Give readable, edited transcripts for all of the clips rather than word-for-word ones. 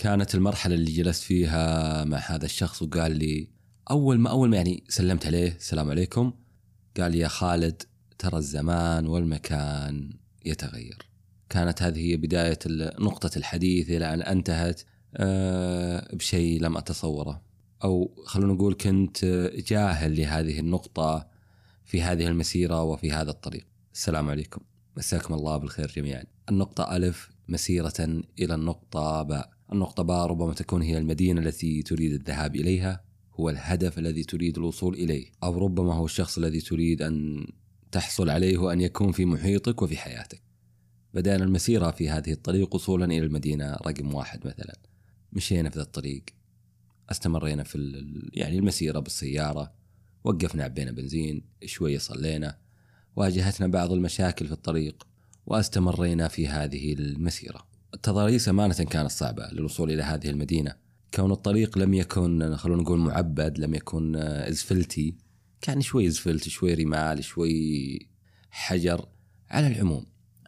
كانت المرحلة اللي جلست فيها مع هذا الشخص وقال لي أول ما يعني سلمت عليه السلام عليكم، قال لي يا خالد ترى الزمان والمكان يتغير. كانت هذه هي بداية نقطة الحديث إلى أن انتهت بشيء لم أتصوره، أو خلونا نقول كنت جاهل لهذه النقطة في هذه المسيرة وفي هذا الطريق. السلام عليكم، مساكم الله بالخير جميعا. النقطة ألف مسيرة إلى النقطة باء. النقطة باء ربما تكون هي المدينة التي تريد الذهاب إليها، هو الهدف الذي تريد الوصول إليه، أو ربما هو الشخص الذي تريد أن تحصل عليه وأن يكون في محيطك وفي حياتك. بدأنا المسيرة في هذه الطريق وصولا إلى المدينة رقم 1 مثلا. مشينا في ذا الطريق، استمرينا في يعني المسيرة بالسيارة، وقفنا عبينا بنزين شوية، صلينا، واجهتنا بعض المشاكل في الطريق، واستمرينا في هذه المسيرة. التضاريس أمانة كانت صعبة للوصول إلى هذه المدينة، كون الطريق لم يكن خلونا نقول معبد، لم يكن إزفلتي، كان شوي إزفلت شوي رمال شوي حجر. على العموم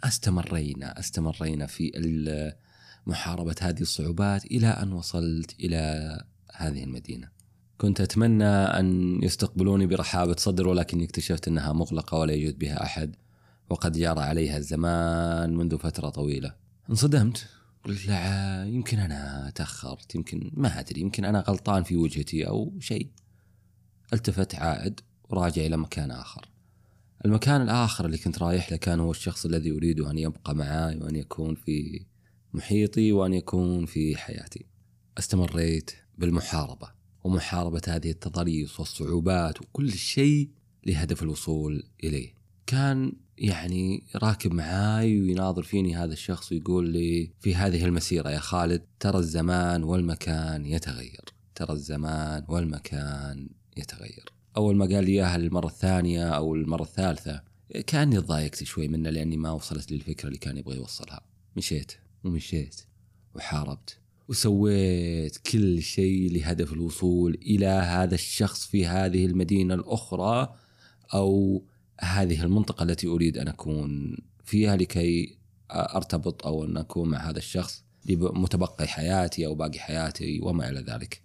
استمرينا في محاربة هذه الصعوبات إلى أن وصلت إلى هذه المدينة. كنت أتمنى أن يستقبلوني برحابة صدر، ولكن اكتشفت أنها مغلقة ولا يوجد بها أحد، وقد جرى عليها الزمان منذ فترة طويلة. انصدمت، قلت لا يمكن أنا تأخرت، يمكن ما أدري، يمكن أنا غلطان في وجهتي أو شيء. التفت عائد وراجع إلى مكان آخر. المكان الآخر اللي كنت رايح له كان هو الشخص الذي أريد أن يبقى معي وأن يكون في محيطي وأن يكون في حياتي. استمريت بالمحاربة ومحاربة هذه التضاريس والصعوبات وكل شيء لهدف الوصول إليه. كان يعني راكب معاي ويناظر فيني هذا الشخص ويقول لي في هذه المسيرة يا خالد ترى الزمان والمكان يتغير، ترى الزمان والمكان يتغير. أول ما قال لي إياها المرة الثانية أو المرة الثالثة كأني ضايقت شوي منه، لأني ما وصلت لي الفكرة اللي كان يبغى يوصلها. مشيت وحاربت وسويت كل شيء لهدف الوصول إلى هذا الشخص في هذه المدينة الأخرى أو هذه المنطقة التي أريد أن أكون فيها لكي أرتبط أو أن أكون مع هذا الشخص لمتبقي حياتي أو باقي حياتي وما إلى ذلك.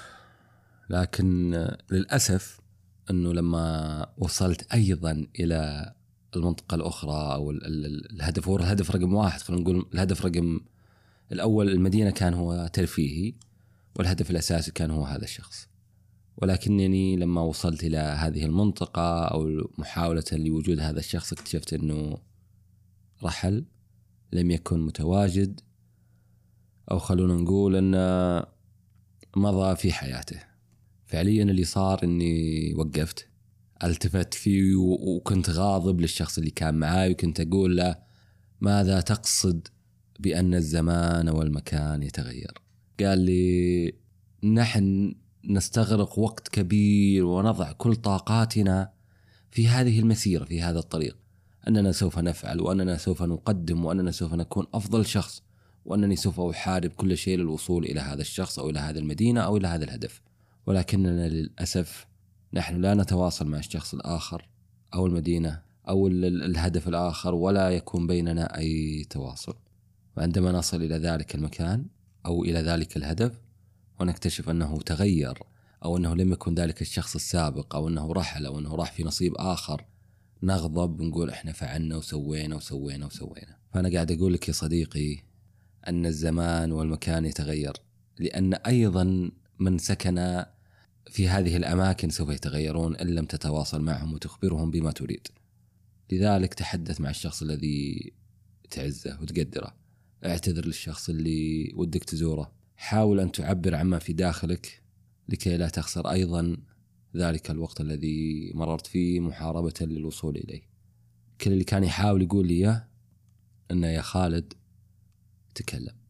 لكن للأسف أنه لما وصلت أيضا إلى المنطقة الأخرى أو الهدف، هو الهدف رقم 1، خلينا نقول الهدف رقم الأول المدينة كان هو ترفيهي، والهدف الأساسي كان هو هذا الشخص. ولكنني لما وصلت إلى هذه المنطقة أو محاولة لوجود هذا الشخص اكتشفت أنه رحل، لم يكن متواجد، أو خلونا نقول أنه مضى في حياته. فعليا اللي صار أني وقفت، التفت فيه وكنت غاضب للشخص اللي كان معاي، وكنت أقول له ماذا تقصد بأن الزمان والمكان يتغير؟ قال لي نحن نستغرق وقت كبير ونضع كل طاقاتنا في هذه المسيرة، في هذا الطريق، أننا سوف نفعل وأننا سوف نقدم وأننا سوف نكون أفضل شخص وأنني سوف أحارب كل شيء للوصول إلى هذا الشخص أو إلى هذه المدينة أو إلى هذا الهدف. ولكننا للأسف نحن لا نتواصل مع الشخص الآخر أو المدينة أو الهدف الآخر، ولا يكون بيننا أي تواصل. وعندما نصل إلى ذلك المكان أو إلى ذلك الهدف ونكتشف أنه تغير أو أنه لم يكن ذلك الشخص السابق أو أنه رحل أو أنه راح في نصيب آخر، نغضب ونقول إحنا فعلنا وسوينا. فأنا قاعد أقول لك يا صديقي أن الزمان والمكان يتغير، لأن أيضا من سكن في هذه الأماكن سوف يتغيرون إن لم تتواصل معهم وتخبرهم بما تريد. لذلك تحدث مع الشخص الذي تعزه وتقدره، اعتذر للشخص اللي ودك تزوره، حاول أن تعبر عما في داخلك لكي لا تخسر أيضا ذلك الوقت الذي مررت فيه محاربة للوصول إليه. كل اللي كان يحاول يقول لي إياه أنه يا خالد تكلم،